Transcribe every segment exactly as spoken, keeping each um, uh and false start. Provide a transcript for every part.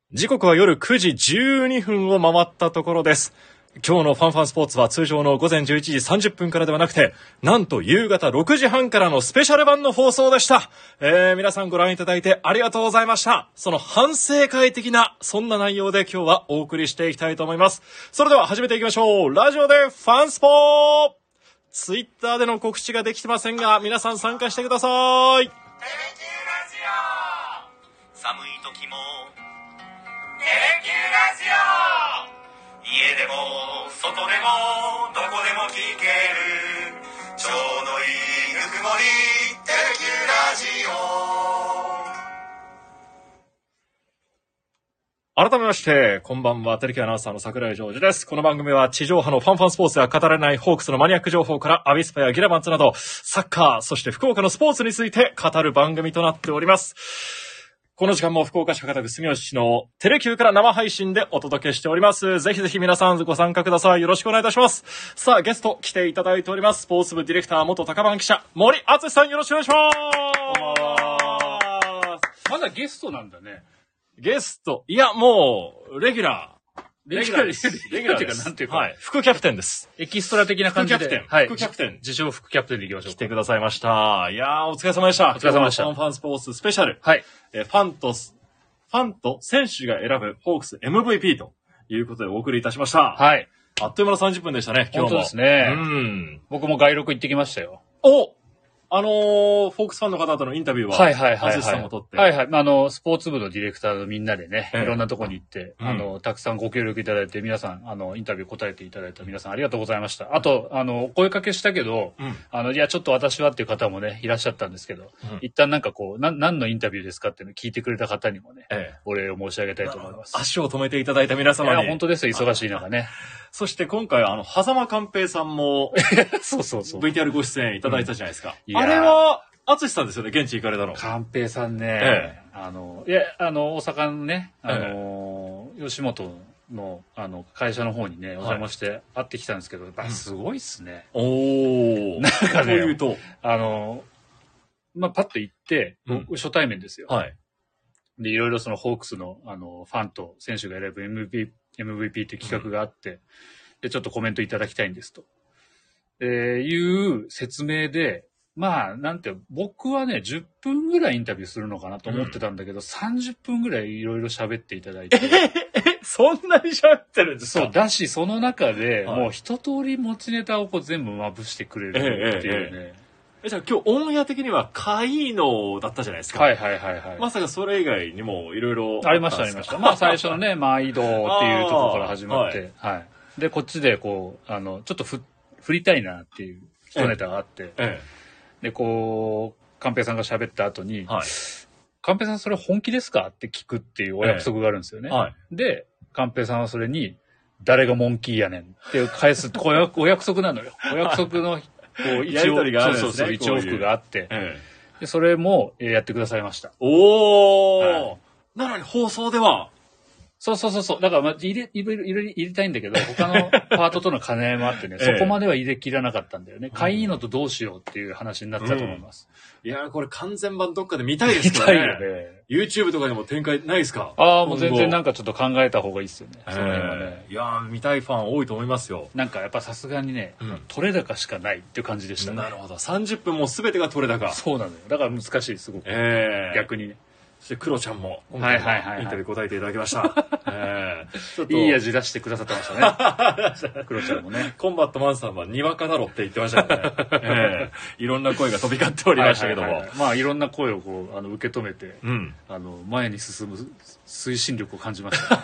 時刻は夜くじじゅうにふんを回ったところです。今日のファンファンスポーツは通常の午前じゅういちじさんじゅっぷんからではなくて、なんと夕方ろくじはんからのスペシャル版の放送でした。えー、皆さんご覧いただいてありがとうございました。その反省会的な、そんな内容で今日はお送りしていきたいと思います。それでは始めていきましょう。ラジオでファンスポーツイッターでの告知ができてませんが、皆さん参加してください。テレキューラジオ、寒い時もテレキューラジオ、家でも外でもどこでも聞けるちょうどいいぬくもり、テレキューラジオ。改めましてこんばんは、テレキューアナウンサーの櫻井ジョージです。この番組は地上波のファンファンスポーツや語れないホークスのマニアック情報からアビスパやギラバンツなどサッカー、そして福岡のスポーツについて語る番組となっております。この時間も福岡市博多区住吉のテレキューから生配信でお届けしております。ぜひぜひ皆さんご参加ください。よろしくお願いいたします。さあ、ゲスト来ていただいております。スポーツ部ディレクター元高番記者森敦さん、よろしくお願いします。 まだゲストなんだね。 ゲスト、いやもうレギュラー。 レギュラーです。 レギュラーです。 なんていうか、 はい。副キャプテンです。 エキストラ的な感じで。 副キャプテン。 はい。 副キャプテン。 自称副キャプテンでいきましょう。 来てくださいました。いやー、お疲れ様でした。 お疲れ様でした。 ファンファンスポーツスペシャル。 はい。 えー、ファンと、ファンと選手が選ぶホークス エムブイピー ということでお送りいたしました。 はい。 あっという間のさんじゅっぷんでしたね、今日も。 本当ですね。 うん。 僕も外録行ってきましたよ。 おあのー、フォークスファンの方とのインタビューは、 はいはいはい、はい。 アシスさんも撮って。 はいはい。あの、スポーツ部のディレクターのみんなでね、 ええ、 いろんなとこに行って、 うん、 あの、たくさんご協力いただいて、皆さん、あの、インタビュー答えていただいた皆さんありがとうございました。あと、あの、声かけしたけど、うん、あの、いや、ちょっと私はっていう方もね、いらっしゃったんですけど、うん、一旦なんかこう、な、何のインタビューですかっていうのを聞いてくれた方にもね、ええ、お礼を申し上げたいと思います。 足を止めていただいた皆様に。 いや、本当ですよ、忙しい中ね。 そして今回、あの、狭間寛平さんも、 そうそうそう。 ブイティーアール ご出演いただいたじゃないですか。うん、あれは、敦さんですよね、現地行かれたの。 寛平さんね、ええ、あの、いや、あの、大阪のね、あの、ええ、吉本の、あの、会社の方にね、お邪魔して会ってきたんですけど、やっぱすごいっすね。 うん、おー。 なんかね、 というと、 あの、まあ、パッと行って、うん、初対面ですよ。はい。で、いろいろそのホークスの、あの、ファンと選手が選ぶ エムブイピー、エムブイピー って企画があって、うん、で、ちょっとコメントいただきたいんですと。えー、いう説明で、まあ、なんて、僕はね、じゅっぷんぐらいインタビューするのかなと思ってたんだけど、うん、さんじゅっぷんぐらいいろいろ喋っていただいて。 ええ、そんなに喋ってるんですか？ そう、だし、その中で、はい、もう一通り持ちネタをこう全部まぶしてくれるっていうね。えええええ、じゃあ今日オンエア的にはカイーノだったじゃないですか。 はいはいはいはい。 まさかそれ以外にもいろいろありましたありました。まあ最初のね、毎度っていうところから始まって、はい、はい。で、こっちでこう、あの、ちょっとふ振りたいなっていう一ネタがあって、ええで、こう、寛平さんが喋った後に、はい、寛平さんそれ本気ですかって聞くっていうお約束があるんですよね。ええはい、で、寛平さんはそれに、誰がモンキーやねんって返す、こうお約束なのよ。お約束の、こう、一応、 があるんですね、 そうそうそう、一往復があって、 ええ、 で、それもやってくださいました。 おー、はい、なのに放送では、 そうそうそうそう。だから、まあ、入れ、入れ、入れ、入れたいんだけど、他のパートとの兼ね合いもあってね、ええ、そこまでは入れきらなかったんだよね。かいいのとどうしようっていう話になってたと思います。 うん、いやー、これ完全版どっかで見たいですからね。 見たいよね。 YouTube とかでも展開ないですか？ ああ、もう全然なんかちょっと考えた方がいいっすよね。 その辺はね。いやー、見たいファン多いと思いますよ。 なんかやっぱさすがにね、うん、取れ高しかないっていう感じでしたね。 なるほど。さんじゅっぷんも全てが取れ高。 そうなのよ。だから難しい、すごく。えー、逆にね。 そしてクロちゃんも今回インタビュー答えていただきました。えー、ちょっといい味出してくださってましたね。クロちゃんもね。 コンバットマンさんはにわかだろって言ってましたよね。えー、いろんな声が飛び交っておりましたけども、はいはいはいはい、 まあいろんな声をこうあの受け止めて、うん、あの前に進む推進力を感じました、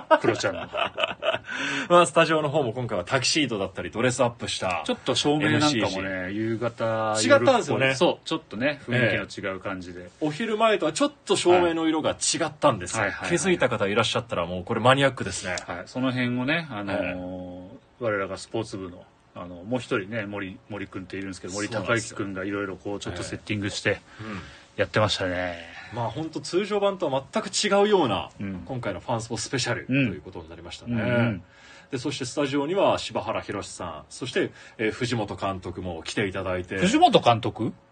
ね。クロちゃんの。 まあスタジオの方も今回はタキシードだったりドレスアップしたちょっと照明なんかもね夕方違ったんですよね。 そうちょっとね雰囲気の違う感じで、 えー、お昼前とはちょっと照明の色が違ったんですよ、はいはいはいはい、気づいた方いらっしゃったらもうこれマニアックですね、 はい、その辺をね、あのーえー、我らがスポーツ部のあのもう一人ね森森くんっているんですけど森高之くんがいろいろこうちょっとセッティングしてやってましたね、 えーうん、まあ本当通常版とは全く違うような、うん、今回のファンスポスペシャルということになりましたね、うんうんうんでそしてスタジオには柴原宏さんそして、えー、藤本監督も来ていただいて藤本監督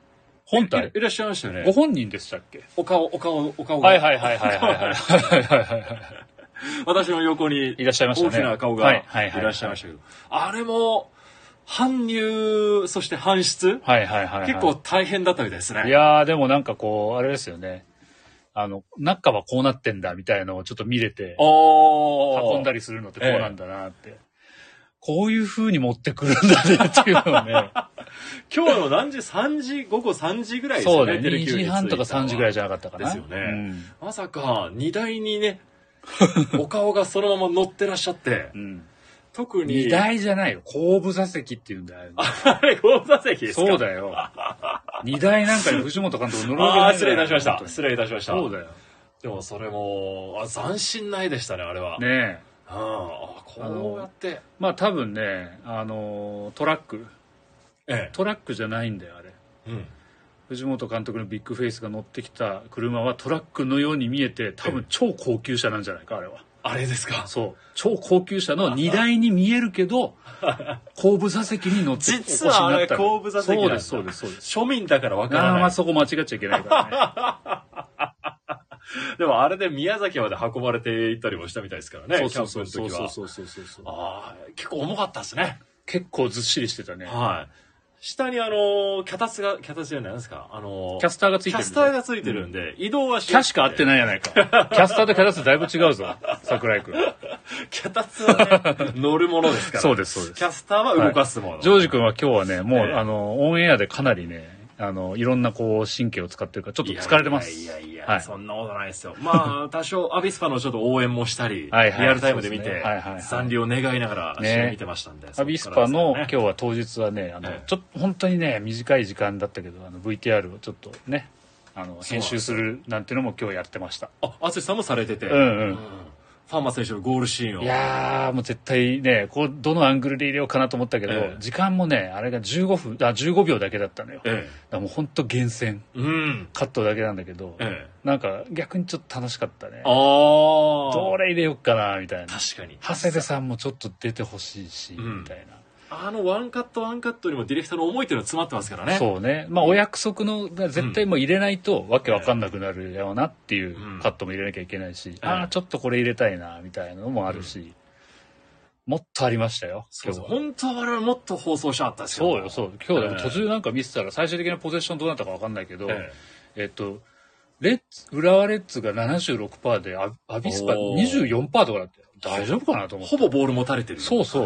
本体い, いらっしゃいましたよね。 ご本人でしたっけ？ お顔、お顔、お顔が。 はいはいはいはいはいはいはいはいはい。 私の横にいらっしゃいましたね。 大きな顔がいらっしゃいましたけど、あれも搬入そして搬出、 はいはいはいはい、 結構大変だったみたいですね。 いやーでもなんかこうあれですよね。あの中はこうなってんだみたいのをちょっと見れて、運んだりするのってこうなんだなって、ええ、こういう風に持ってくるんだねっていうのをね。 今日の何時さんじごごさんじぐらいですね。 そうね。にじはんとかさんじぐらいじゃなかったかな。 ですよね。 うん、 まさか荷台にね。お顔がそのまま乗ってらっしゃって、うん、特に荷台じゃないよ、後部座席っていうんだよ。 あれ後部座席ですか？ そうだよ。荷台なんかに藤本監督乗るわけない。ああ、 失礼いたしました。失礼いたしました。 そうだよ。 でもそれもあ斬新ないでしたねあれは。ねえ。ああこうやってまあ多分ねあのトラック、ええ、トラックじゃないんだよあれ。うん。藤本監督のビッグフェイスが乗ってきた車はトラックのように見えて多分超高級車なんじゃないかあれは。 あれですか？ そう超高級車の荷台に見えるけど後部座席に乗って実はあれ後部座席なんだ。 そうですそうですそうです。 庶民だからわからない。 ああまあそこ間違っちゃいけないからね。でもあれで宮崎まで運ばれていったりもしたみたいですからね。 そうそうそうそうそうそうそうそうそう。 ああ結構重かったですね。 結構ずっしりしてたね。 はい。下にあの脚立が脚立じゃないですか、あのキャスターがついてるキャスターがついてるんで、うん、移動はしキャしか合ってないやないか。キャスターとキャタツだいぶ違うぞ桜井君。 キャタツはね乗るものですから。 そうですそうです。 キャスターは動かすもの、はい、 ジョージ君は今日はねもう、えー、あのオンエアでかなりねあのいろんなこう神経を使ってるからちょっと疲れてます。 いやいやいや、はい、そんなことないですよ。まあ多少アビスパのちょっと応援もしたりはい、はい、リアルタイムで見て、ねはいはいはい、残留を願いながら試合見てましたんで、ね、 アビスパの今日は当日はねあの、ええ、ちょっと本当にね短い時間だったけどあの ブイティーアール をちょっとねあの編集するなんていうのも今日やってました。 あ、淳さんもされてて、 うんうん、うんファンマ選手のゴールシーンを。 いやーもう絶対ねこうどのアングルで入れようかなと思ったけど、ええ、時間もねあれがじゅうごふんあじゅうごびょうだけだったのよ、ええ、だからもうほんと厳選、うん、カットだけなんだけど、ええ、なんか逆にちょっと楽しかったね。あどれ入れようかなみたいな。 確かに長谷部さんもちょっと出てほしいし、うん、みたいな。 あのワンカットワンカットにもディレクターの思いっていうのが詰まってますからね。 そうね。まあお約束の絶対もう入れないとわけわかんなくなるよなっていうカットも入れなきゃいけないし、うん、ああちょっとこれ入れたいなみたいなのもあるし、うん、もっとありましたよ。 そうそう本当は我々もっと放送したかったですよ。 そうよそう。今日でも途中なんか見てたら最終的なポゼッションどうなったかわかんないけど、えええっとレッツ浦和レッズが ななじゅうろくパーセント で ア, アビスパ にじゅうよんパーセント とかだったよ。大丈夫かなと思って。 ほぼボール持たれてる。 そうそう。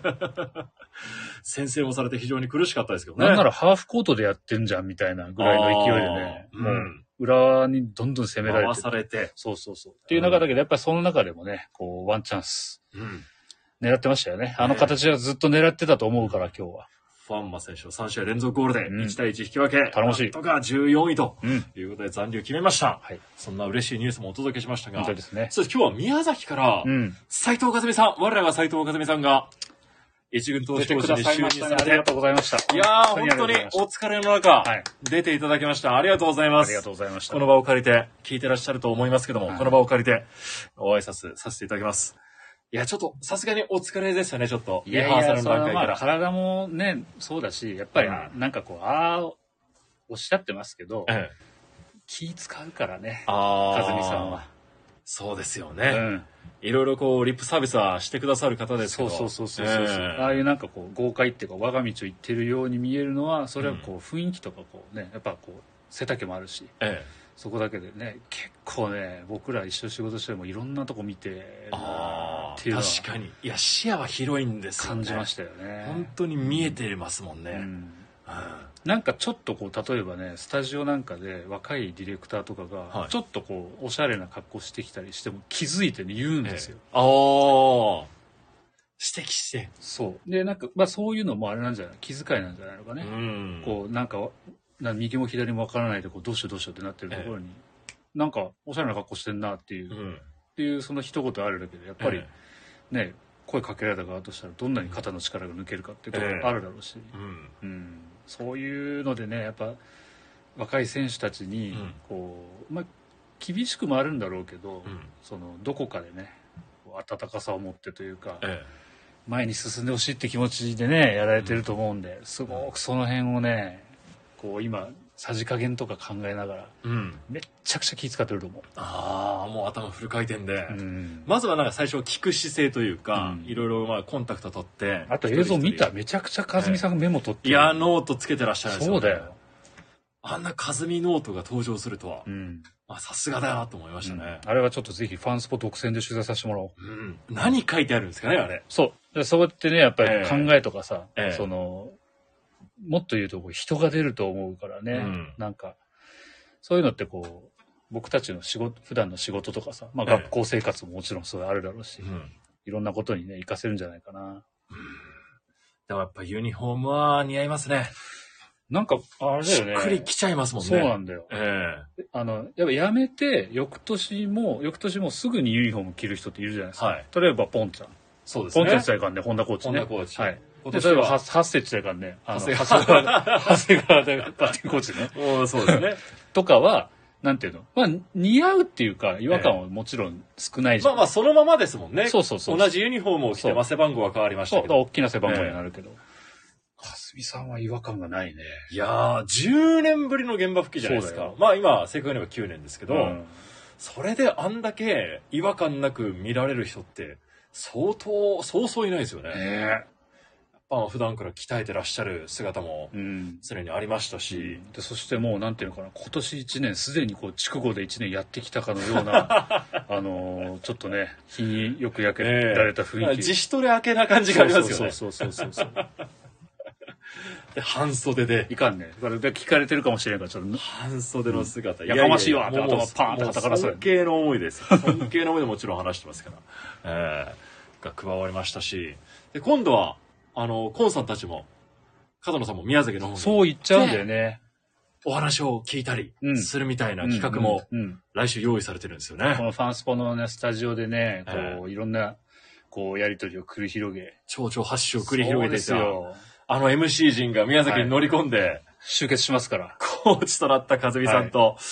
先制もされて非常に苦しかったですけどね。 なんならハーフコートでやってんじゃんみたいなぐらいの勢いでね、もう裏にどんどん攻められて。 回されて。 そうそうそう。っていう中だけど、やっぱりその中でもね、こう、ワンチャンス。うん、狙ってましたよね。あの形はずっと狙ってたと思うから、今日は。 ファンマ選手のさん試合連続ゴールでいち対いち引き分け、 頼もしい。 とかじゅうよんいということで残留決めました。はい、そんな嬉しいニュースもお届けしましたが、 本当ですね。 そうです。今日は宮崎から斉藤和美さん、我らが斉藤和美さんが一軍投手コーチに就任されて、 ありがとうございました。 いやー本当にお疲れの中、はい、出ていただきました。ありがとうございます。 ありがとうございました。 この場を借りて聞いてらっしゃると思いますけども、はい、この場を借りてご挨拶させていただきます。いや、ちょっと、さすがにお疲れですよね、ちょっと。 リハーサルの段階から。まあ、体もね、そうだし、やっぱり、うん、なんかこう、ああ、おっしゃってますけど、ええ、気使うからね、和美さんは。 そうですよね。うん、いろいろこう、リップサービスはしてくださる方ですけど。 そうそうそうそうそう、えー。ああいうなんかこう、豪快っていうか、我が道を行ってるように見えるのは、それはこう、雰囲気とかこうね、やっぱこう、背丈もあるし。ええ、そこだけでね結構ね僕ら一緒仕事してもいろんなとこ見てるっていうのは確かにいや視野は広いんですよね。 感じましたよね。 本当に見えてますもんね、うんうん、 なんかちょっとこう例えばねスタジオなんかで若いディレクターとかがちょっとこうおしゃれな格好してきたりしても気づいてね言うんですよ、ええ、ああ指摘してそうでなんか、まあ、そういうのもあれなんじゃない気遣いなんじゃないのかね、うん、こうなんかな右も左も分からないでこうどうしようどうしようってなってるところに、ええ、なんかおしゃれな格好してんなっていう、うん、っていうその一言あるだけでやっぱり、ええ、ね声かけられた側としたらどんなに肩の力が抜けるかっていうことがあるだろうし、ええうんうん、そういうのでねやっぱ若い選手たちにこう、まあ厳しくもあるんだろうけど、うん、そのどこかでね温かさを持ってというか、ええ、前に進んでほしいって気持ちでねやられてると思うんで、すごくその辺をねこう今さじ加減とか考えながら、うん、めっちゃくちゃ気使ってると思う。 ああ、もう頭フル回転で、うん、まずはなんか最初聞く姿勢というか、うん、いろいろまあコンタクト取って、 あと映像見た、めちゃくちゃ和美さんがメモ取ってる、 えー、いやノートつけてらっしゃるんですよ、ね、 そうだよ。 あんな和美ノートが登場するとは、うん、まあさすがだなと思いましたね、 うん、あれはちょっとぜひファンスポ独占で取材させてもらおう、うん、 何書いてあるんですかねあれ。 そうそうやってねやっぱり考えとかさ、えーえー、そのもっと言うと人が出ると思うからね、うん、なんかそういうのってこう僕たちの仕事普段の仕事とかさ、まあ、学校生活ももちろんそれあるだろうし、えー、いろんなことにね活かせるんじゃないかな、うん、 でもやっぱユニフォームは似合いますね。 なんかあれだよね。 しっくりきちゃいますもんね。 そうなんだよ。ええー、あのやっぱやめて翌年も翌年もすぐにユニフォーム着る人っているじゃないですか。はい、例えばポンちゃん。 そうですね。 ポンちゃん時代からね本田コーチね。 本田コーチ。 はい。例えばハッセ時代からねあの長谷川長谷川でバッティングコーチね。 おそうですね。 とかはなんていうのまあ似合うっていうか違和感はもちろん少ないじゃん。 まあまあそのままですもんね。 そうそうそう。 同じユニフォームを着て、まあ、背番号は変わりましたけど。 そう大きな背番号になるけど。かすみさんは違和感がないね。 いやー、じゅうねんぶりの現場復帰じゃないですか。まあ今、正確にはきゅうねんですけど、うん、それであんだけ違和感なく見られる人って、相当、そうそういないですよね。ねやっぱ普段から鍛えてらっしゃる姿も常にありましたし。うん、 でそしてもうなんていうのかな、今年いちねん、すでにこう、筑後でいちねんやってきたかのような、あのー、ちょっとね、日によく焼けられた雰囲気。えー、 自主トレ明けな感じがありますよね。 そうそうそうそうそうそう。 で半袖でいかんね。これで聞かれてるかもしれんからちょっと半袖の姿、 うん、やかましいわって頭パーンと叩からされる。 尊敬の思いです。尊敬の思いでもちろん話してますから、えー、が加わりましたし、で今度はあのコンさんたちも角野さんも宮崎の方にそう言っちゃうんだよね。 お話を聞いたりするみたいな企画も来週用意されてるんですよね。 このファンスポの、ね、スタジオでね、こう、えー、いろんなこうやり取りを繰り広げ、 蝶々発祥を繰り広げていた。あの エムシー 陣が宮崎に乗り込んで、はい、 集結しますから。 コーチとなった和美さんと、はい、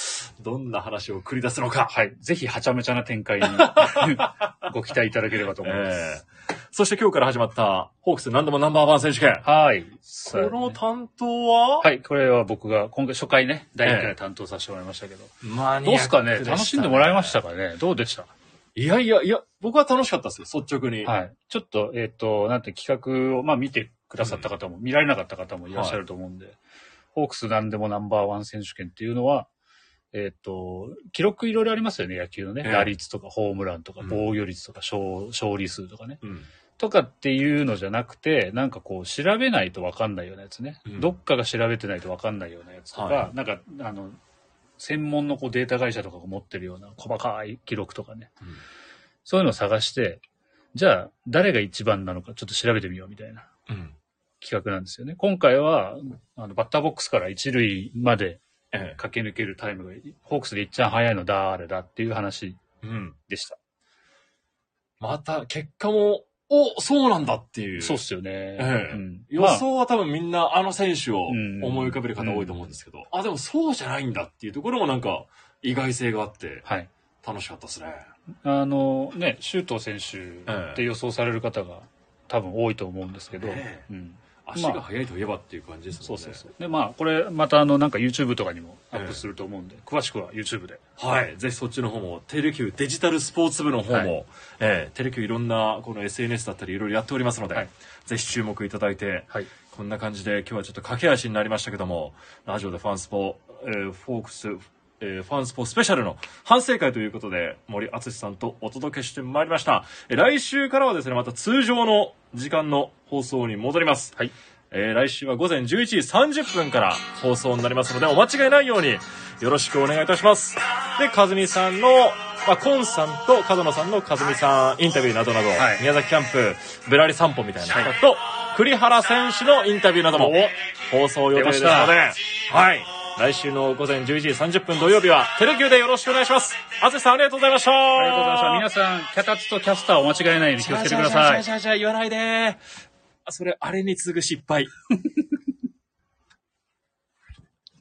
どんな話を繰り出すのか。 はい。ぜひ、はちゃめちゃな展開にご期待いただければと思います。 えー、そして今日から始まった、ホークス何でもナンバーワン選手権。 はい。 この担当は、 はい。これは僕が、今回初回ね、だいいっかい担当させてもらいましたけど。えー、まあ、どうですかね、楽しんでもらいましたかね。どうでした？ いやいやいや、僕は楽しかったですよ、率直に。 はい。ちょっと、えっと、なんて企画を、まあ見てくださった方も、うん、見られなかった方もいらっしゃると思うんで、はい、ホークスなんでもナンバーワン選手権っていうのは、えっと、記録いろいろありますよね、野球のね。えー、打率とかホームランとか、防御率とか、勝、勝利数とかね。うん、とかっていうのじゃなくて、なんかこう、調べないとわかんないようなやつね。うん、どっかが調べてないとわかんないようなやつとか、はい、なんか、あの、専門のこうデータ会社とかが持ってるような細かい記録とかね。うん、そういうのを探して、じゃあ誰が一番なのかちょっと調べてみようみたいな企画なんですよね。今回はあのバッターボックスから一塁まで駆け抜けるタイムが、ええ、ホークスで一番早いの誰だっていう話でした。 うん、また結果も、お、そうなんだっていう。 そうっすよね。ええうん、予想は多分みんなあの選手を思い浮かべる方多いと思うんですけど、うんうん、あ、でもそうじゃないんだっていうところもなんか意外性があって、はい、楽しかったですね。 あのね、周東選手って予想される方が多分多いと思うんですけど、ええうん、 足が速いといえばっていう感じですもんね。 そうそうそう。で、まあ、これまたあの、なんか YouTube とかにもアップすると思うんで、ええ、詳しくは YouTube で。 はい。ぜひそっちの方も、テレキューデジタルスポーツ部の方も、はい、えー、テレキューいろんなこの エスエヌエス だったりいろいろやっておりますので、はい、ぜひ注目いただいて、はい、こんな感じで今日はちょっと駆け足になりましたけども、ラジオでファンスポ、えー、フォークス、えー、ファンスポスペシャルの反省会ということで森敦さんとお届けしてまいりました。えー、来週からはですね、また通常の時間の放送に戻ります。はい。えー、来週は午前じゅういちじさんじゅっぷんから放送になりますので、お間違いないようによろしくお願いいたします。で、和美さんの、まあ、コンさんと角野さんの和美さんインタビューなどなど、はい、宮崎キャンプぶらり散歩みたいな方と、はい、栗原選手のインタビューなども放送予定ですので、はい。来週の午前じゅういちじさんじゅっぷん土曜日はテレキューでよろしくお願いします。淳さんありがとうございました。 ありがとうございました。皆さん、キャタツとキャスターを間違えないように気をつけてください。 じゃあじゃあじゃあじゃあ言わないで。それ、あれに次ぐ失敗。